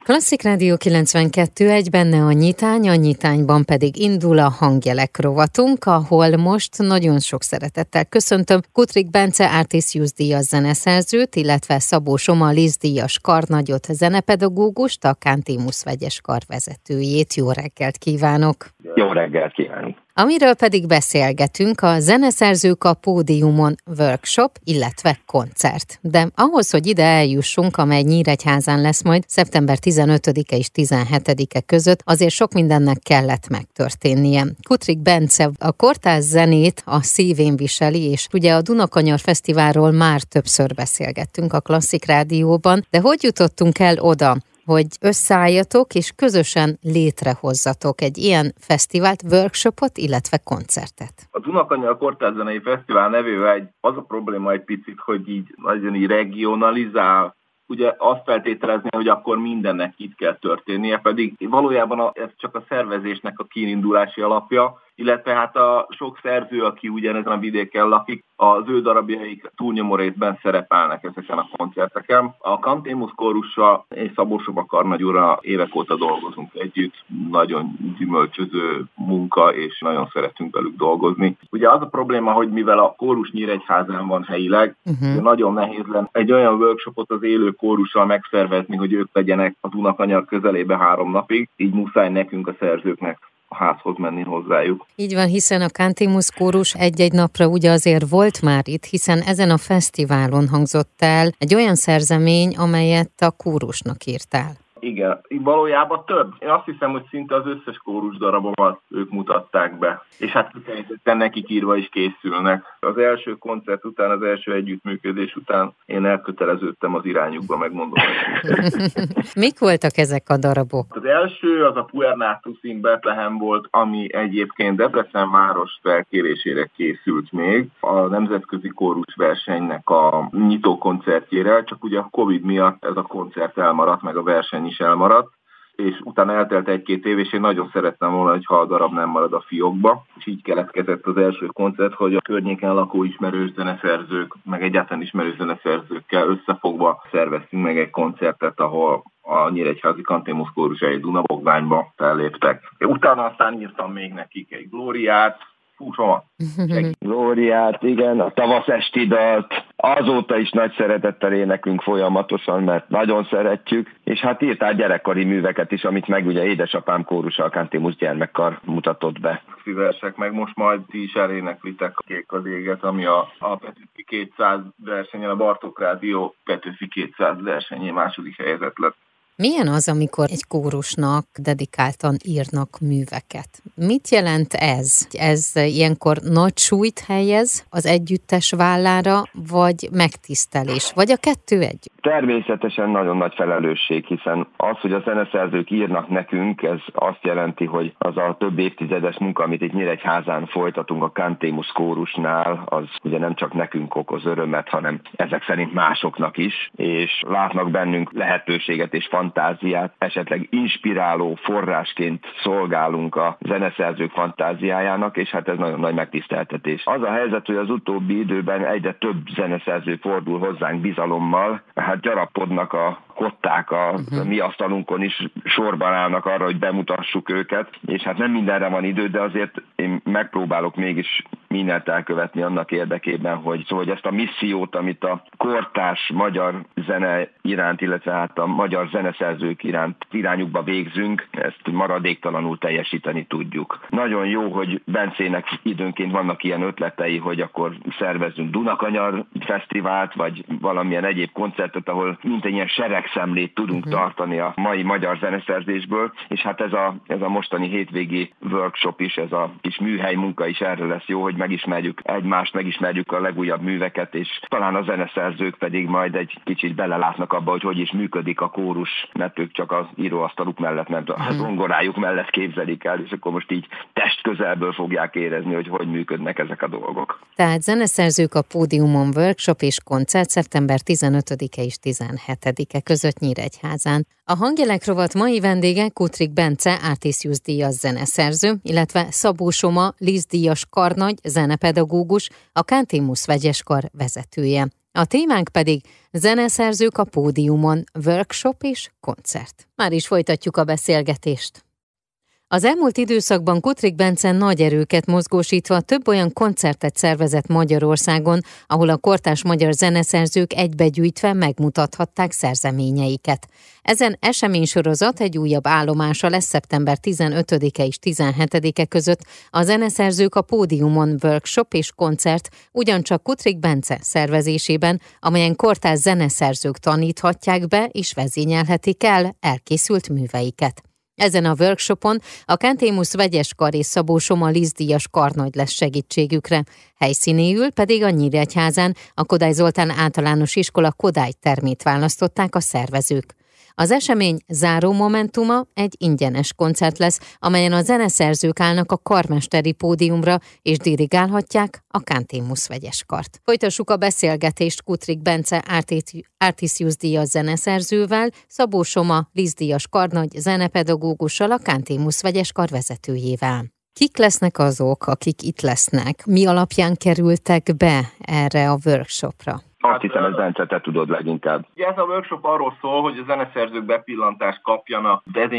Klasszik Rádió 92.1, benne a nyitányban pedig indul a Hangjelek rovatunk, ahol most nagyon sok szeretettel köszöntöm Kutrik Bence Artisius díjas zeneszerzőt, illetve Szabó Soma Liszt díjas karnagyot, zenepedagógust, a Cantimus vegyes kar vezetőjét. Jó reggelt kívánok! Jó reggelt kívánok! Amiről pedig beszélgetünk, a Zeneszerzők a Pódiumon workshop, illetve koncert. De ahhoz, hogy ide eljussunk, amely Nyíregyházán lesz majd szeptember 15-e és 17-e között, azért sok mindennek kellett megtörténnie. Kutrik Bence a kortárs zenét a szívén viseli, és ugye a Dunakanyar Fesztiválról már többször beszélgettünk a Klasszik Rádióban, de hogy jutottunk el oda, hogy összeálljatok és közösen létrehozzatok egy ilyen fesztivált, workshopot, illetve koncertet? A Dunakanyar Kortárs Zenei Fesztivál nevével az a probléma egy picit, hogy így nagyon így regionalizál. Ugye azt feltételezni, hogy akkor mindennek itt kell történnie, pedig valójában ez csak a szervezésnek a kiindulási alapja, illetve hát a sok szerző, aki ugyanezen a vidéken lakik, az ő darabjaik túlnyomó részben szerepelnek ezeken a koncerteken. A Cantimus kórussal és Szabó Soma karnagyúrral évek óta dolgozunk együtt, nagyon gyümölcsöző munka, és nagyon szeretünk velük dolgozni. Ugye az a probléma, hogy mivel a kórus Nyíregyházán van helyileg, nagyon nehéz lenne egy olyan workshopot az élő kórussal megszervezni, hogy ők legyenek a Dunakanyar közelébe 3 napig, így muszáj nekünk a szerzőknek a házhoz menni hozzájuk. Így van, hiszen a Cantimus kórus egy-egy napra ugye azért volt már itt, hiszen ezen a fesztiválon hangzott el egy olyan szerzemény, amelyet a kórusnak írtál. Igen, valójában több. Én azt hiszem, hogy szinte az összes kórus darabomat ők mutatták be. És hát kifejezetten nekik írva is készülnek. Az első koncert után, az első együttműködés után én elköteleződtem az irányukba, megmondom. Mik voltak ezek a darabok? Az első az a Puernatus in Bethlehem volt, ami egyébként Debrecen város felkérésére készült még a nemzetközi kórus versenynek a nyitó koncertjére, csak ugye a Covid miatt ez a koncert elmaradt, meg a verseny is elmaradt, és utána eltelt 1-2 év, és én nagyon szerettem volna, hogyha a darab nem marad a fiókba, és így keletkezett az első koncert, hogy a környéken lakó ismerős zeneszerzők, meg egyáltalán ismerős zeneszerzőkkel összefogva szerveztünk meg egy koncertet, ahol a Nyíregyházi Cantimus kórusai Dunabogványba felléptek. Utána aztán írtam még nekik egy Glóriát, Glóriát, igen, a tavasz esti dalt, azóta is nagy szeretettel éneklünk folyamatosan, mert nagyon szeretjük, és hát írtál gyerekkori műveket is, amit meg ugye édesapám kórusa, a Cantimus gyermekkar mutatott be. Versek, meg most majd ti is eléneklitek a Kék az éget, ami a Petőfi 200 versenyen, a Bartók Rádió Petőfi 200 versenyén második helyezett lett. Milyen az, amikor egy kórusnak dedikáltan írnak műveket? Mit jelent ez? Ez ilyenkor nagy súlyt helyez az együttes vállára, vagy megtisztelés? Vagy a kettő egy? Természetesen nagyon nagy felelősség, hiszen az, hogy a zeneszerzők írnak nekünk, ez azt jelenti, hogy az a több évtizedes munka, amit itt Nyíregyházán folytatunk a Cantimus kórusnál, az ugye nem csak nekünk okoz örömet, hanem ezek szerint másoknak is, és látnak bennünk lehetőséget és fantáziát, esetleg inspiráló forrásként szolgálunk a zeneszerzők fantáziájának, és hát ez nagyon nagy megtiszteltetés. Az a helyzet, hogy az utóbbi időben egyre több zeneszerző fordul hozzánk bizalommal, hát gyarapodnak a kották a mi asztalunkon is, sorban állnak arra, hogy bemutassuk őket, és hát nem mindenre van idő, de azért én megpróbálok mégis mindent elkövetni annak érdekében, hogy ezt a missziót, amit a kortárs magyar zene iránt, illetve hát a magyar zeneszerzők iránt irányukba végzünk, ezt maradéktalanul teljesíteni tudjuk. Nagyon jó, hogy Bencének időnként vannak ilyen ötletei, hogy akkor szervezzünk Dunakanyar fesztivált, vagy valamilyen egyéb koncertet, ahol mint egy ilyen seregszemlét tudunk tartani a mai magyar zeneszerzésből, és hát ez a mostani hétvégi workshop is, ez a kis műhely munka is erre lesz jó, hogy megismerjük egymást, megismerjük a legújabb műveket, és talán a zeneszerzők pedig majd egy kicsit belelátnak abba, hogy is működik a kórus, mert ők csak az íróasztaluk mellett, mert a zongorájuk mellett képzelik el, és akkor most így testközelből fogják érezni, hogy működnek ezek a dolgok. Tehát Zeneszerzők a Pódiumon workshop és koncert szeptember 15-e és 17-e között Nyíregyházán. A Hangjelek rovat mai vendége Kutrik Bence Artisius díjas zeneszerző, illetve Szabó Soma Liszt díjas karnagy, zenepedagógus, a Cantimus vegyes kar vezetője. A témánk pedig zeneszerzők a pódiumon, workshop és koncert. Már is folytatjuk a beszélgetést. Az elmúlt időszakban Kutrick Bence nagy erőket mozgósítva több olyan koncertet szervezett Magyarországon, ahol a kortárs magyar zeneszerzők egybegyűjtve megmutathatták szerzeményeiket. Ezen eseménysorozat egy újabb állomása lesz szeptember 15-e és 17-e között a Zeneszerzők a pódiumon workshop és koncert ugyancsak Kutrick Bence szervezésében, amelyen kortárs zeneszerzők taníthatják be és vezényelhetik el elkészült műveiket. Ezen a workshopon a Cantémus Vegyeskar és Szabó Soma Liszt-díjas karnagy lesz segítségükre, helyszínéül pedig a Nyíregyházán a Kodály Zoltán Általános Iskola Kodály termét választották a szervezők. Az esemény záró momentuma egy ingyenes koncert lesz, amelyen a zeneszerzők állnak a karmesteri pódiumra és dirigálhatják a Cantémus Vegyeskart. Folytassuk a beszélgetést Kutrick Bence Artisius díjas zeneszerzővel, Szabó Soma Liszt-díjas karnagy zenepedagógussal, a Cantémus Vegyeskar vezetőjével. Kik lesznek azok, akik itt lesznek? Mi alapján kerültek be erre a workshopra? Azt hiszem, ez Bence, te tudod leginkább. Ugye ez a workshop arról szól, hogy a zeneszerzők bepillantást kapjanak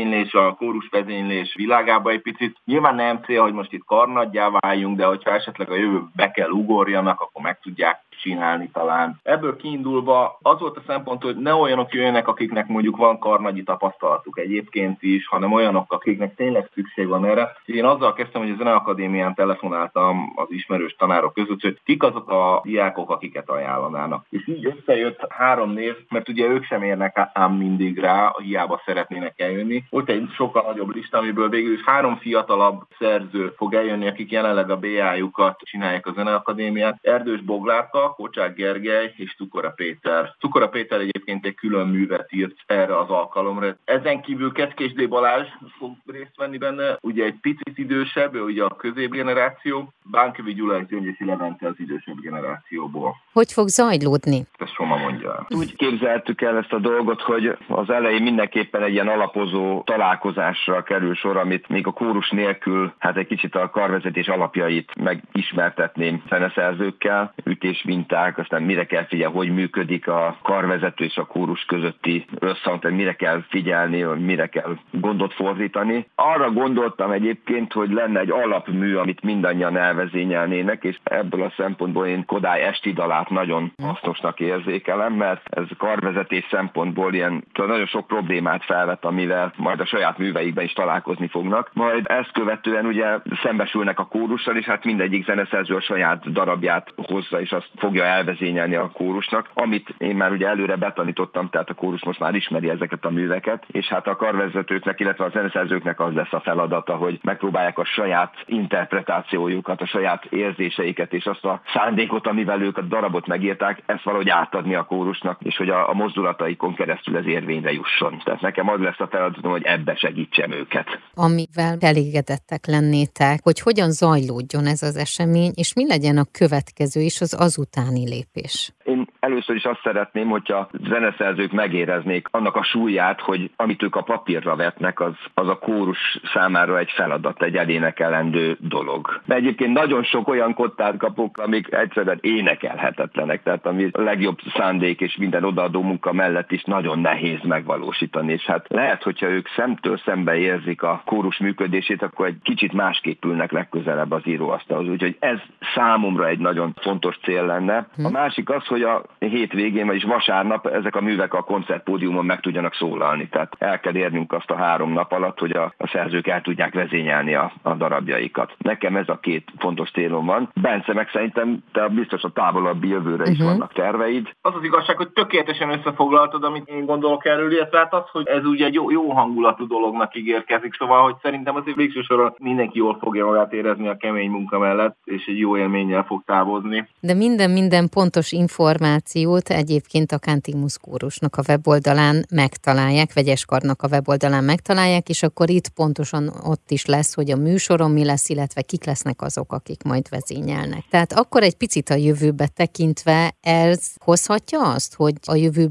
a kórus vezénylés világába egy picit. Nyilván nem cél, hogy most itt karnaggyá váljunk, de hogyha esetleg a jövőbe be kell ugorjanak, akkor meg tudják csinálni talán. Ebből kiindulva az volt a szempont, hogy ne olyanok jöjjenek, akiknek mondjuk van karnagyi tapasztalatuk egyébként is, hanem olyanok, akiknek tényleg szükség van erre. Én azzal kezdtem, hogy a Zeneakadémián telefonáltam az ismerős tanárok között, hogy kik azok a diákok, akiket ajánlanának. És így összejött 3 név, mert ugye ők sem érnek ám mindig rá, hiába szeretnének eljönni. Volt egy sokkal nagyobb lista, amiből végül is 3 fiatalabb szerző fog eljönni, akik jelenleg a BA-jukat csinálják a Zeneakadémián. Erdős Boglárka, Kocsák Gergely és Tukora Péter. Tukora Péter egyébként egy külön művet írt erre az alkalomra. Ezen kívül Kecskés D. Balázs fog részt venni benne, ugye egy picit idősebb, ő ugye a középgeneráció, Bánkövi Gyula és Gyöngyösi Levente az idősebb generációból. Hogy fog zajlódni? Ezt Soma mondja. Úgy képzeltük el ezt a dolgot, hogy az elején mindenképpen egy ilyen alapozó találkozásra kerül sor, amit még a kórus nélkül, hát egy kicsit a karvezetés alapjait megismertetném zeneszerzőkkel, ütés minták, aztán mire kell figyelni, hogy működik a karvezető és a kórus közötti összhang, tehát mire kell figyelni, mire kell gondot fordítani. Arra gondoltam egyébként, hogy lenne egy alapmű, amit mindannyian elvezényelnének, és ebből a szempontból én Kodály esti dalát nagyon hasznosnak érzékelem, mert ez karvezetés szempontból ilyen nagyon sok problémát felvet, amivel majd a saját műveikben is találkozni fognak. Majd ezt követően ugye szembesülnek a kórussal, és hát mindegyik zeneszerző a saját darabját hozza, és azt fogja elvezényelni a kórusnak, amit én már ugye előre betanítottam, tehát a kórus most már ismeri ezeket a műveket, és hát a karvezetőknek, illetve a zeneszerzőknek az lesz a feladata, hogy megpróbálják a saját interpretációjukat, a saját érzéseiket, és azt a szándékot, amivel ők a darabot megírták, ezt valahogy átadni a kórusnak, és hogy a mozdulataikon keresztül ez érvényre jusson. Tehát nekem az lesz a feladatom, hogy ebbe segítsem őket. Amivel elégedettek lennétek, hogy hogyan zajlódjon ez az esemény, és mi legyen a következő és az azutáni lépés? Én először is azt szeretném, hogyha zeneszerzők megéreznék annak a súlyát, hogy amit ők a papírra vetnek, az a kórus számára egy feladat, egy elénekelendő dolog. De egyébként nagyon sok olyan kottát kapok, amik egyszerűen énekelhetetlenek, tehát ami a legjobb szándék és minden odaadó munka mellett is nagyon nehéz megvalósítani. És hát lehet, hogyha ők szemtől szembe érzik a kórus működését, akkor egy kicsit másképp ülnek legközelebb az íróasztalhoz. Úgyhogy ez számomra egy nagyon fontos cél lenne. A másik az, hogy a hétvégén, vagyis vasárnap ezek a művek a koncertpódiumon meg tudjanak szólalni. Tehát el kell érnünk azt a 3 nap alatt, hogy a szerzők el tudják vezényelni a darabjaikat. Nekem ez a 2 fontos célom van. Bence, meg szerintem te biztos a távolabbi jövőre is vannak terveid. Az az igazság, hogy tökéletesen összefoglaltad, amit én gondolok erről, illetve hát az, hogy ez ugye egy jó hangulatú dolognak ígérkezik, szóval, hogy szerintem azért végső soron mindenki jól fogja magát érezni a kemény munka mellett, és egy jó élménnyel fog távozni. De minden pontos információt egyébként a Cantémus kórusnak a weboldalán megtalálják, Vegyeskarnak a weboldalán megtalálják, és akkor itt pontosan ott is lesz, hogy a műsoron mi lesz, illetve kik lesznek azok, akik majd vezényelnek. Tehát akkor egy picit a jövőbe tekintve ez hozhatja azt, hogy a jövőben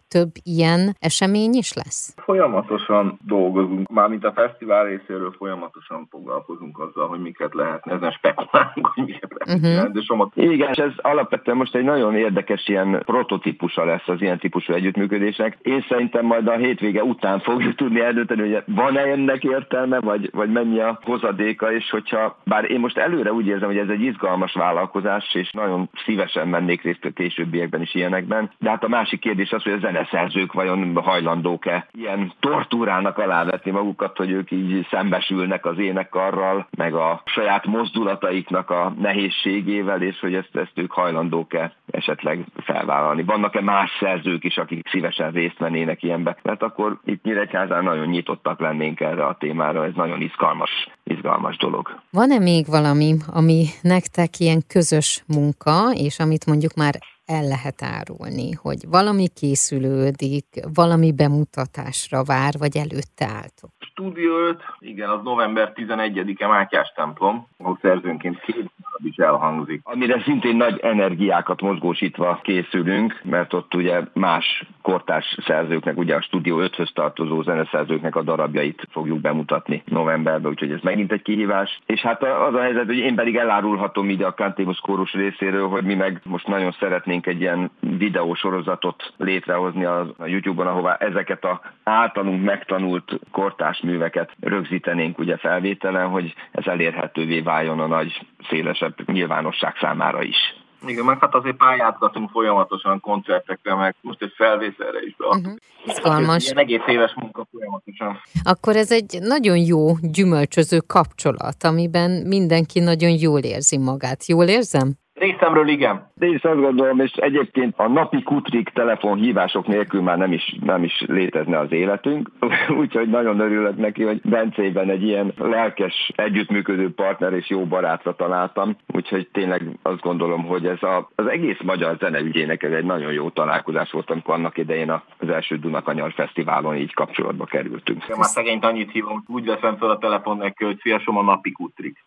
több ilyen esemény is lesz? Folyamatosan dolgozunk, mármint a fesztivál részéről folyamatosan foglalkozunk azzal, hogy miket lehetne, ezen spekulálunk, hogy miket lehetne. Igen, és ez alapvetően most egy nagyon érdekes ilyen prototípusa lesz az ilyen típusú együttműködésnek. Én szerintem majd a hétvége után fogjuk tudni eldönteni, hogy van-e ennek értelme, vagy mennyi a hozadéka, és hogyha, bár én most előre úgy érzem, hogy ez egy izgalmas vállalkozás, és nagyon szívesen mennék részt a későbbiekben is ilyenekben, de hát a másik kérdés az, hogy a zeneszerzők vajon hajlandók-e ilyen tortúrának alávetni magukat, hogy ők így szembesülnek az énekkarral, meg a saját mozdulataiknak a nehézségével, és hogy ezt ők hajlandók-e esetleg felvállalni. Vannak-e más szerzők is, akik szívesen részt vennének ilyenbe? Mert akkor itt Nyíregyházán nagyon nyitottak lennénk erre a témára, ez nagyon izgalmas dolog. Van-e még valami, ami nektek ilyen közös munka, és amit mondjuk már el lehet árulni, hogy valami készülődik, valami bemutatásra vár, vagy előtte álltok? Stúdió 5, igen, az november 11-e Mátyás templom, ahol szerzőnként 2 darab is elhangzik. Amire szintén nagy energiákat mozgósítva készülünk, mert ott ugye más kortárs szerzőknek, ugye a Stúdió 5-höz tartozó zeneszerzőknek a darabjait fogjuk bemutatni novemberben, úgyhogy ez megint egy kihívás. És hát az a helyzet, hogy én pedig elárulhatom így a Cantémus kórus részéről, hogy mi meg most nagyon szeretnénk egy ilyen videósorozatot létrehozni a YouTube-on, ahová ezeket a általunk megtanult kortárs műveket rögzítenénk ugye felvételen, hogy ez elérhetővé váljon a nagy, szélesebb nyilvánosság számára is. Igen, meg hát azért pályázgatunk folyamatosan koncertekre, meg most egy felvételre is beadtuk. Izgalmas. Ilyen egész éves munka folyamatosan. Akkor ez egy nagyon jó, gyümölcsöző kapcsolat, amiben mindenki nagyon jól érzi magát. Jól érzem? Részemről igen. De én is azt gondolom, és egyébként a napi kutrik telefonhívások nélkül már nem is létezne az életünk, úgyhogy nagyon örülök neki, hogy Bencében egy ilyen lelkes, együttműködő partner és jó barátra találtam, úgyhogy tényleg azt gondolom, hogy ez az egész magyar zeneügyének ez egy nagyon jó találkozás volt, amikor annak idején az első Dunakanyar Fesztiválon így kapcsolatba kerültünk. Én már szegényt annyit hívom, úgy veszem fel a telefon neki, hogy fiasom a napi kutrik.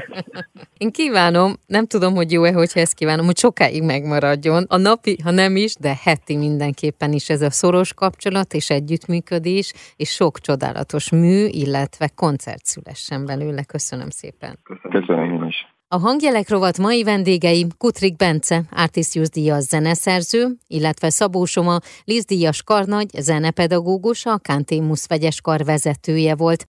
Én kívánom, nem tudom, hogy jó-e, hogyha ezt kívánom, hogy sokáig megmaradjon. A napi, ha nem is, de heti mindenképpen is ez a szoros kapcsolat és együttműködés, és sok csodálatos mű, illetve koncert szülessen belőle. Köszönöm szépen. Köszönöm én is. A Hangjelek rovat mai vendégei Kutrik Bence, Artisius díjas zeneszerző, illetve Szabó Soma, Liszt díjas karnagy, zenepedagógus, a Cantémus vegyes kar vezetője volt.